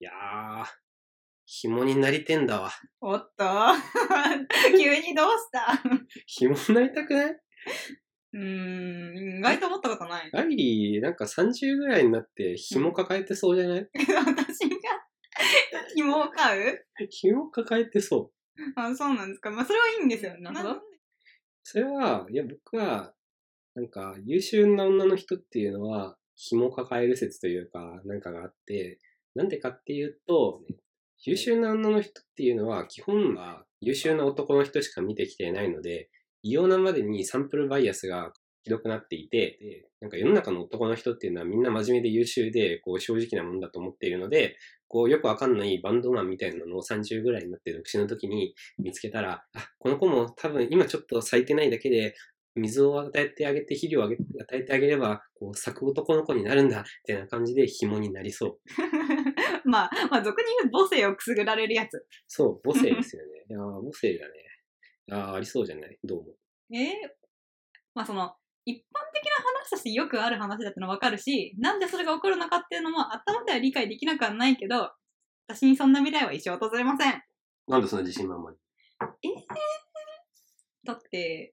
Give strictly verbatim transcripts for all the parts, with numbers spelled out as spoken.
いやー、紐になりてんだわ。 おっと急にどうした紐になりたくない？ うーん、意外と思ったことない。 アイリー、なんかさんじゅうぐらいになって紐抱えてそうじゃない？うん、 私が紐を買う？ 紐抱えてそう。 あ、そうなんですか。まあ、それはいいんですよ。なるほど。 それは、いや、僕は、なんか、優秀な女の人っていうのは、紐抱える説というか、なんかがあって、なんでかっていうと、ね、優秀な女の人っていうのは、基本は優秀な男の人しか見てきていないので、異様なまでにサンプルバイアスがひどくなっていて、で、なんか世の中の男の人っていうのはみんな真面目で優秀で、こう正直なもんだと思っているので、こうよくわかんないバンドマンみたいなのをさんじゅうぐらいになって独身の時に見つけたら、あ、この子も多分今ちょっと咲いてないだけで、水を与えてあげて、肥料を与えてあげれば、こう、咲く男の子になるんだ、みたいな感じで紐になりそう。 まあ、まあ、俗に言う母性をくすぐられるやつ。 そう、母性ですよね。いやー、母性だね。あー、ありそうじゃない？どうも。 えー、まあその、一般的な話としてよくある話だってのはわかるし、なんでそれが起こるのかっていうのも頭では理解できなくはないけど、私にそんな未来は一生訪れません。 なんでそんな自信満々に？ えー、だって、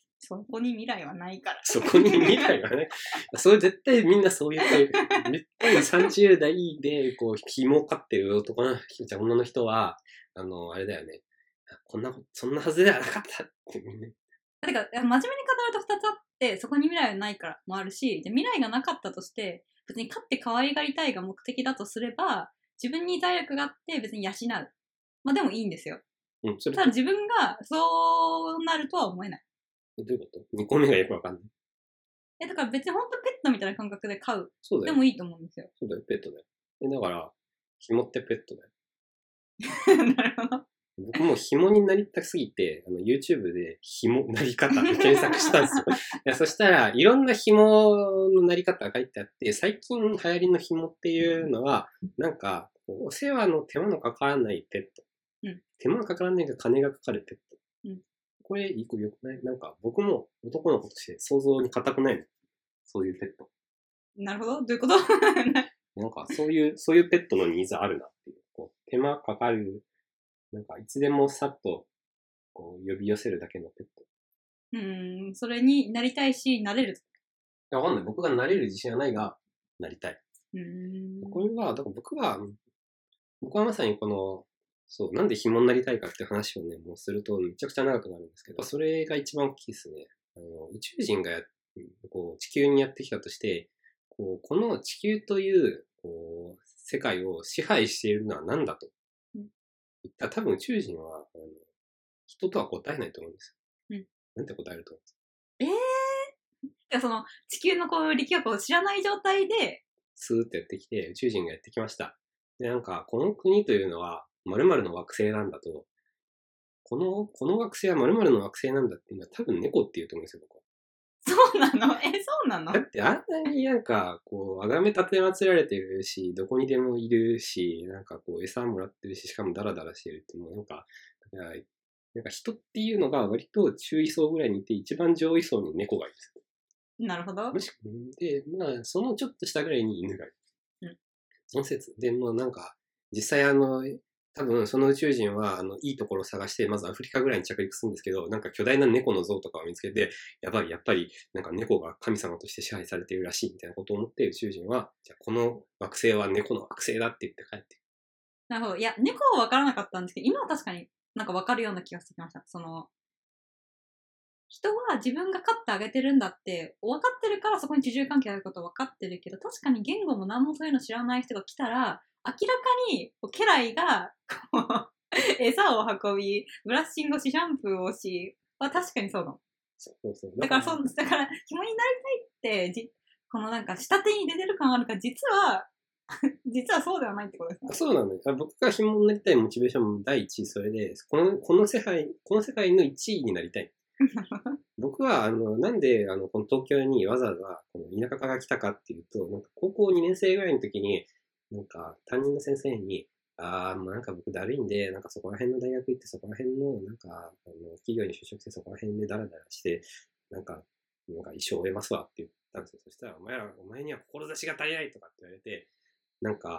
そこに未来はないから。 そこに未来がね。それ絶対みんなそう言ってる。絶対さんじゅう代で、こう、紐を飼ってる男の人、じゃ女の人は、あの、あれだよね。こんな、そんなはずではなかったってね。 てか、真面目に語るとふたつあって、そこに未来はないからもあるし、じゃ未来がなかったとして、別に飼って可愛がりたいが目的だとすれば、自分に財力があって別に養う。まあでもいいんですよ。 うん、それただ自分がそうなるとは思えない。 どういうこと？ に 個目がよくわかんない。 え、だから別に本当ペットみたいな感覚で飼う。 そうだよ。 でもいいと思うんですよ。 そうだよ、ペットだよ。え、だから、紐ってペットだよ。 なるほど。 僕も紐になりたすぎて、あの、YouTube で紐なり方で検索したんですよ。いや、そしたら、いろんな紐のなり方が書いてあって、最近流行りの紐っていうのは、なんか、お世話の手間のかからないペット。 うん、 手間がかからないけど金がかかるペット。 うん、 これ、一個よくない？なんか、僕も男の子として想像に難くないの。そういうペット。 なるほど。どういうこと？ なんか、そういう、そういうペットのニーズあるなっていう。こう手間かかる、なんか、いつでもさっと、こう、呼び寄せるだけのペット。 うーん、それになりたいし、なれる。 いや、わかんない。僕がなれる自信はないが、なりたい。 うーん。 これは、だから僕は、僕はまさにこの、そう、なんで紐になりたいかって話をね、もうするとめちゃくちゃ長くなるんですけど、それが一番大きいですね。あの、宇宙人がや、こう、地球にやってきたとして、こう、この地球という、こう、世界を支配しているのは何だと。 うん、 言ったら多分宇宙人は、あの人とは答えないと思うんですよ。 うん。 なんて答えると思うんですか？ えー、いやその、地球のこう、力学を知らない状態で、 スーッとやってきて、宇宙人がやってきました。で、なんか、この国というのは、〇〇の惑星なんだと、この、この惑星は〇〇の惑星なんだっていうのは多分猫って言うと思うんですよ、僕は。 そうなの？え、そうなの？ だってあんなになんか、こう、あがめ立てまつられてるし、どこにでもいるし、なんかこう、餌もらってるし、しかもダラダラしてるって、もうなんか、なんか人っていうのが割と中位層ぐらいにいて、一番上位層に猫がいるんですよ。 なるほど。 もしで、まあ、そのちょっと下ぐらいに犬がいる。 うん。 その説。で、もうなんか、実際あの、多分その宇宙人は、あの、いいところを探して、まずアフリカぐらいに着陸するんですけど、なんか巨大な猫の像とかを見つけて、やばい、やっぱり、なんか猫が神様として支配されているらしいみたいなことを思って宇宙人は、じゃあこの惑星は猫の惑星だって言って帰ってくる。 なるほど。いや、猫は分からなかったんですけど、今は確かになんか分かるような気がしてきました。その、人は自分が飼ってあげてるんだって分かってるからそこに主従関係があること分かってるけど、確かに言語も何もそういうの知らない人が来たら、明らかに家来がこう餌を運び、ブラッシングをし、シャンプーをし、は確かにそうなの。 そうそう。 だからそう、だから紐になりたいってじ、このなんか下手に出てる感あるから、実は実はそうではないってことですか？ そうなのよ。僕が紐になりたいモチベーションも第一位それで、この、この世界、この世界の一位になりたい。僕は、あの、なんで、あの、この東京にわざわざ、この田舎から来たかっていうと、なんか高校にねん生ぐらいの時に、なんか担任の先生に、あー、まあなんか僕だるいんで、なんかそこら辺の大学行って、そこら辺の、なんか、あの、企業に就職して、そこら辺でダラダラして、なんか、なんか一生終えますわって言ったんですよ。そしたら、お前ら、お前には志が足りないとかって言われて、なんか、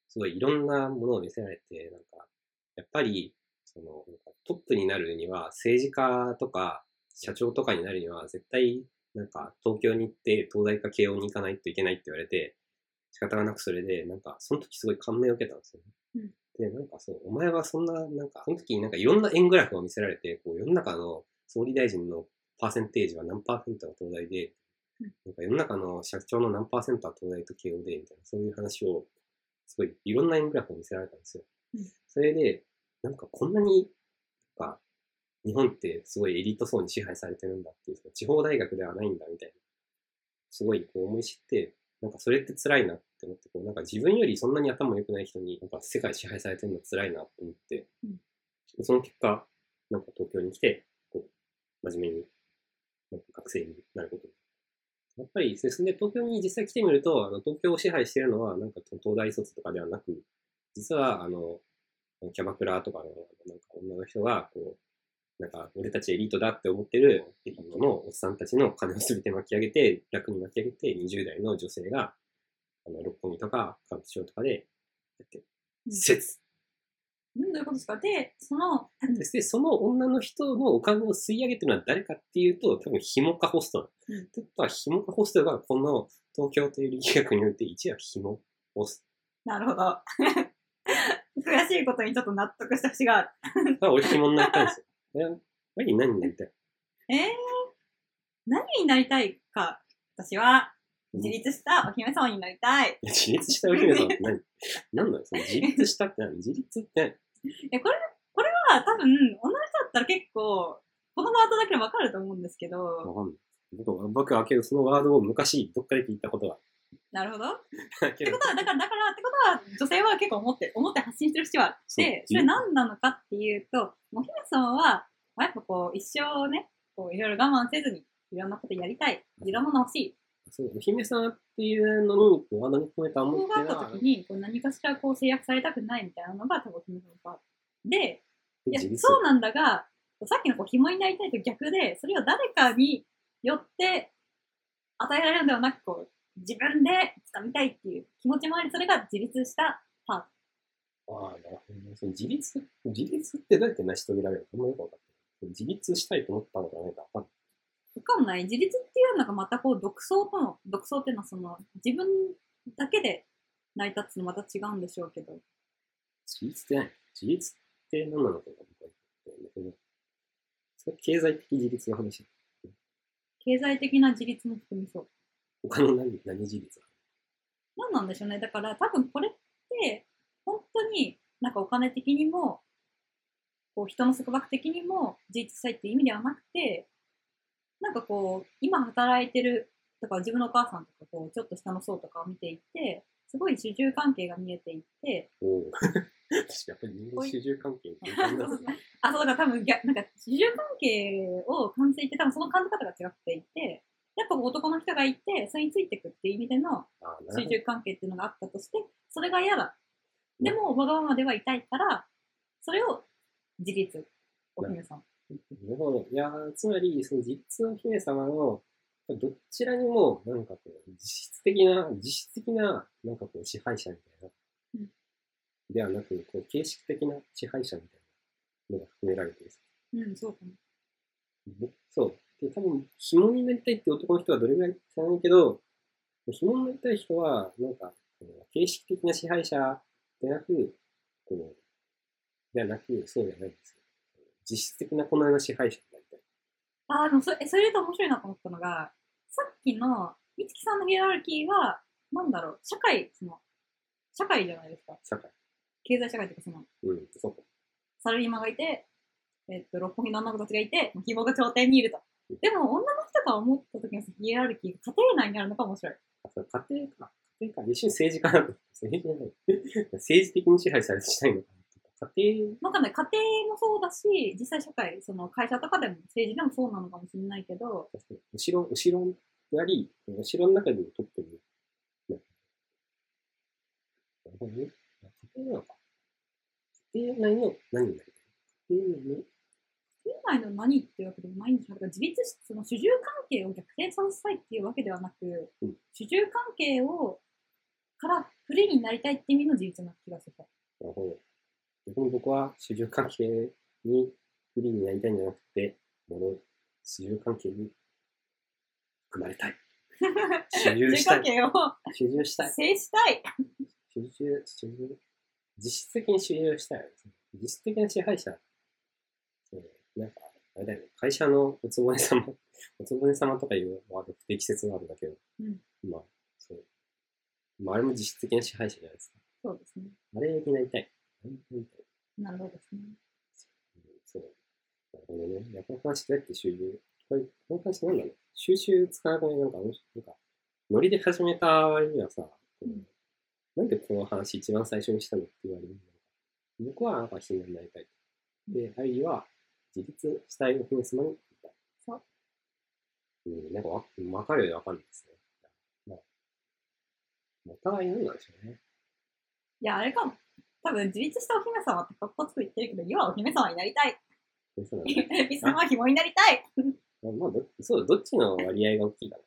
すごいいろんなものを見せられて、なんか、やっぱり、その、なんかトップになるには、政治家とか、社長とかになるには、絶対、なんか、東京に行って、東大か慶応に行かないといけないって言われて、仕方がなくそれで、なんか、その時すごい感銘を受けたんですよね。うん、で、なんかそう、お前はそんな、なんか、その時になんかいろんな円グラフを見せられて、こう、世の中の総理大臣のパーセンテージは何パーセントが東大で、なんか世の中の社長の何パーセントは東大と慶応で、みたいな、そういう話を、すごいいろんな円グラフを見せられたんですよ。うん、それで、なんかこんなに、なんか、日本ってすごいエリート層に支配されてるんだっていう、地方大学ではないんだみたいな、すごいこう思い知って、なんかそれって辛いなって思って、こうなんか自分よりそんなに頭良くない人に、なんか世界支配されてるの辛いなって思って、うん、その結果、なんか東京に来て、こう、真面目に、なんか学生になることに。やっぱり、それで東京に実際来てみると、あの東京を支配しているのは、なんか東大卒とかではなく、実は、あの、キャバクラとかの、なんか女の人が、こう、なんか、俺たちエリートだって思ってるエリートのおっさんたちの金をすべて巻き上げて、楽に巻き上げて、にじゅう代の女性が、あの、六本木とか、歌舞伎町とかで、やってる。説。 うん、どういうことですか？で、その、 で、その女の人のお金を吸い上げてるのは誰かっていうと、多分、ひもかホストなの。うん。ってことは、ひもかホストが、この東京という力学において、一はひもホスト。なるほど。悔しいことにちょっと納得した節がある。 あ、俺ひもになりたいんですよ。え、何何になりたい？ えー、何になりたいか。私は、自立したお姫様になりたい。 いや、自立したお姫様って何？何なの？その自立したって何？自立って何？ え、これ、これは多分、女の人だったら結構、このワードだけでわかると思うんですけど。 わかんない。僕、僕はけどそのワードを昔どっかで聞いたことが。 なるほど。ってことは、だから、だから、ってことは、女性は結構思って、思って発信してる人はあって、それ何なのかっていうと、お姫様は、まあ、やっぱこう、一生ね、こう、いろいろ我慢せずに、いろんなことやりたい。いろんなもの欲しい。 そう、お姫様っていうのに、ワードに込めた思いっていうのは。 があった時に、こう何かしらこう制約されたくないみたいなのが多分お姫様か。で、いや、そうなんだが、さっきのこう紐になりたいと逆で、それを誰かによって与えられるのではなく、こう、自分で掴みたいっていう気持ちもあり、それが自立したパート。ああ、なるほどね。その自立、自立ってどうやって成し遂げられるのかよく分かってない。自立したいと思ったのかないか分かんない。 わかんない。自立っていうのがまたこう、独創との、独創っていうのはその、自分だけで成り立つのまた違うんでしょうけど。 自立って何？自立って何なのかな？それ経済的自立の話。 経済的な自立も含みそう。 他の何、何自立？ 何なんでしょうね。だから多分これって、本当になんかお金的にも、こう人の束縛的にも自立したいっていう意味ではなくて、なんかこう、今働いてる、とか自分のお母さんとかこう、ちょっと下の層とかを見ていて、すごい主従関係が見えていて、 おやっぱり人間主従関係あ、そうだから多分、なんか主従関係を感じていて、多分その感じ方が違っていて、やっぱ男の人がいて、それについていくっていう意味での主従関係っていうのがあったとして、それが嫌だ。でも、わがままではいたいから、それを自立、お姫さん。 なるほど。いや、つまり、その自立の姫様の、どちらにも、なんかこう、実質的な、実質的な、なんかこう、支配者みたいな、うん、ではなく、こう、形式的な支配者みたいなのが含められている。 うん、そうかも。 そう。で、多分、紐になりたいって男の人はどれぐらい知らないけど、紐になりたい人は、なんか、形式的な支配者でなく、こう、ではなく、そうじゃないんですよ。実質的なこのような支配者になりたい。 ああ、でもそれ、それ言うと面白いなと思ったのが、さっきの美月さんのヒエラルキーは、なんだろう、社会、その、社会じゃないですか。 社会。 経済社会というか、その、 うん、そうか。 サラリーマンがいて、えっと、六本木の女の子たちがいて、紐が頂点にいると。でも、女の人が思った時のヒエラルキーが家庭内にあるのが面白い。 あ、それ家庭か。家庭か。一瞬政治家なの。政治じゃない。政治的に支配されてしたいのかな。家庭わかんない。家庭もそうだし、実際社会、その会社とかでも政治でもそうなのかもしれないけど。 後ろ、後ろやり、後ろの中でもトップに。なるほどね。家庭なのか。家庭内の何になりたい？家庭内の家庭内の何っていうわけでもないんでしょうけど、自立し、その主従関係を逆転させたいっていうわけではなく、うん、主従関係をからフリーになりたいって意味の自立な気がする。 なるほど。逆に僕は主従関係にフリーになりたいんじゃなくて、もの主従関係に含まれたい。主従したい。 主従関係を主従したい。 制したい。 主従、主従、実質的に主従したい。実質的な支配者。なんか、あれだよね、会社のおつぼね様、おつぼね様とかいうワード不適切ワードだけど、 うん、 まあ、そう。まあ、あれも実質的な支配者じゃないですか。 そうですね。 あれになりたい。あれになりたい。 なるほどですね。 そう。なるほどね。いや、この話どうやって収集、これ、この話なんだろう。収集つかなくない？なんか、なんか、ノリで始めた割にはさ、うん、なんでこの話一番最初にしたのって言われるんだろう。僕はなんか姫になりたい。で、愛理は自立したいお姫様になりたい。そう。うん、なんかわ分かるようで分かんないですね。まあ、お互いなんなんでしょうね。 いや、あれかも。多分自立したお姫様ってかっこつく言ってるけど、要はお姫様になりたい。いつもは紐になりたい。 まあ、どそうどっちの割合が大きいかな。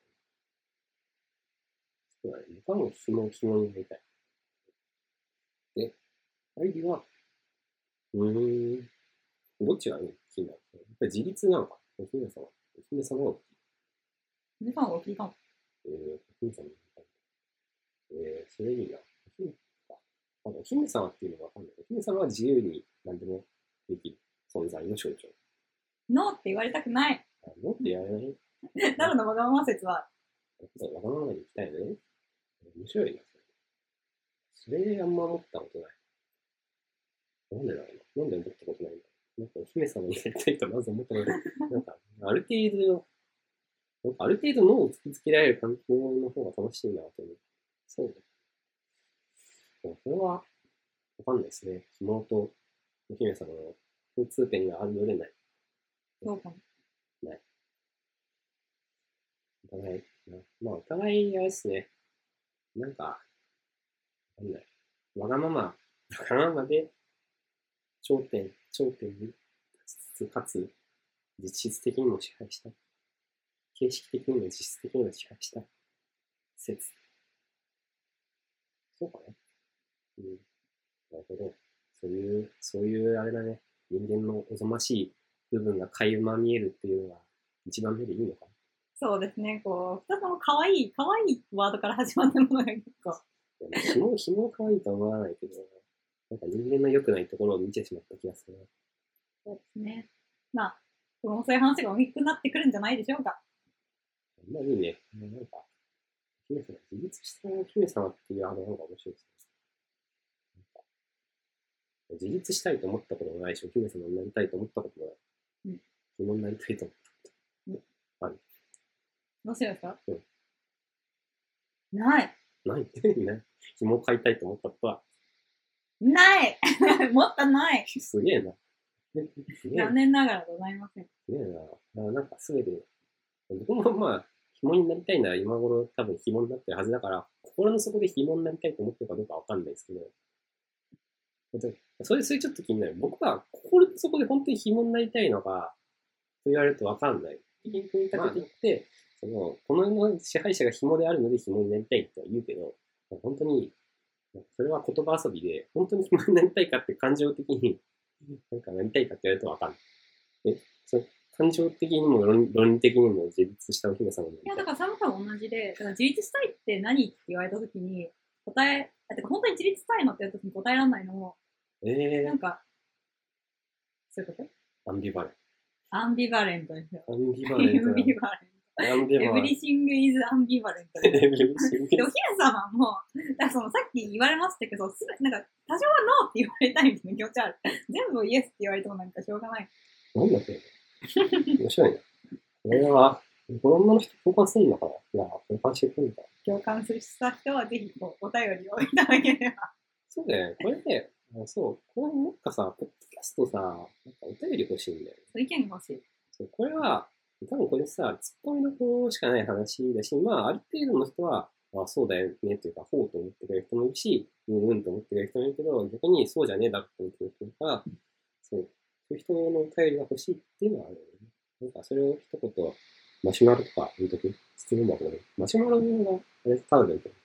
そうだね。僕はもう紐、紐になりたい。で、愛理は、うーん、どっちが大きいんだろう。やっぱり自立なのか。お姫様。お姫様が大きい。 お姫様が大きいかも。 えー、お姫様になりたい。えー、それいいな。お姫お姫様っていうのがわかんない。お姫様は自由に何でもできる存在の象徴。 ノーって言われたくない。 ノーって言われない。 なるのわがまま説は。 わがままに行きたいね。面白いな、それ。それあんま思ったことない。なんでだろうな。なんで思ったことないんだろう。なんかお姫様になりたいとまず思ったことない。なんか、ある程度、なんかある程度脳を突きつけられる環境の方が楽しいなと思う。そうね。これは、わかんないですね。紐とお姫様の共通点があるのでない。 そうかも。 ない。お互い、まあお互いあれですね。なんか、わかんない。わがまま、わがままで頂点、頂点に立ちつつ、かつ、実質的にも支配したい。形式的にも実質的にも支配したい。説。そうかな。うん。なるほど。そういう、そういうあれだね。人間のおぞましい部分が垣間見えるっていうのが一番目でいいのかな。 そうですね。こう、二つとも可愛い、可愛いワードから始まったものが結構。 ひも、ひも可愛いとは思わないけど、なんか人間の良くないところを見てしまった気がする。 そうですね。まあ、このそういう話が大きくなってくるんじゃないでしょうか。 まあいいね。なんか、姫様、自立した姫様っていうあの方が面白いですね。自立したいと思ったこともないし、お姫様になりたいと思ったこともない。うん。紐になりたいと思ったこと。うん。ある。 面白いですか？ うん。 ない。 ないない紐を買いたいと思ったことはないもっとないすげえな。 残念ながらございません。 すげえな。なんかすべて、僕もまあ、紐になりたいなら今頃多分紐になってるはずだから、心の底で紐になりたいと思ってるかどうかわかんないですけど、それ、それちょっと気になる。僕は心の底で本当に紐になりたいのか、と言われるとわかんない。組み立てていって、その、この世の支配者が紐であるので紐になりたいとは言うけど、本当に、それは言葉遊びで、本当に紐になりたいかって感情的に、なんかなりたいかって言われるとわかんない。え、それ感情的にも論論理的にも自立したお姫様になりたい。 いや、だからサムさん同じで、だから自立したいって何って言われたときに、答え、だって本当に自立したいのって言ったときに答えられないのも、 えー、 なんか、そういうことアンビバレント。 アンビバレントですよ。 アンビバレント。 アンビバレント。 アンビバレント。 エブリシングイズアンビバレント。で、お姫様も、だそのさっき言われましたけど、すぐなんか、多少はノーって言われたいみたいな気持ちある。全部イエスって言われてもなんかしょうがない。 なんだっけ面白いな。これは、この女の人共感するのかな。いや、共感してくるのかな。 共感した人はぜひおお便りをいただければ。 そうだよね。これで、そう、これなんかさ、ポッドキャストさ、なんかお便り欲しいんだよね。 そう意見が欲しい。 そう、これは、多分これさ、ツッコミの方しかない話だし、まあ、ある程度の人は、あ、そうだよねっていうか、ほうと思ってくれる人もいるし、うんうんと思ってくれる人もいるけど、逆にそうじゃねえだろって思ってくれる人とか、そう、そういう人のお便りが欲しいっていうのはあるよね。なんかそれを一言、マシュマロとか言うとき、質問箱で、マシュマロが、あれ、タダで、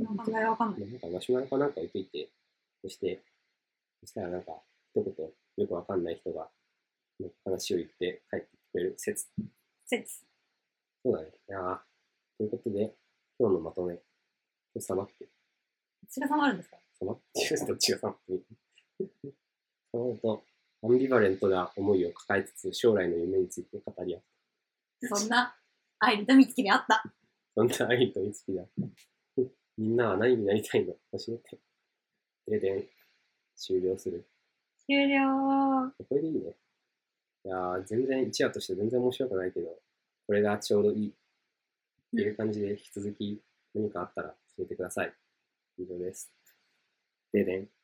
なんか違いわかんない。 なんかマシュマロかなんか置いといて、そして、そしたらなんか、一言よくわかんない人が、話を言って帰ってくれる説。 説。 そうだね。いやーということで、今日のまとめ、収まって、 血が収まるんですか？ 収まっていうどっちが収まっているそのと、アンビバレントな思いを抱えつつ、将来の夢について語り合う。 そんな愛理と美月であった。 そんな愛と美月だ。みんなは何になりたいの教えて。ででん、終了する。 終了。 これでいいね。いやー全然、一夜として全然面白くないけど、これがちょうどいいっていう感じで、引き続き何かあったら教えてください。以上です。ででん。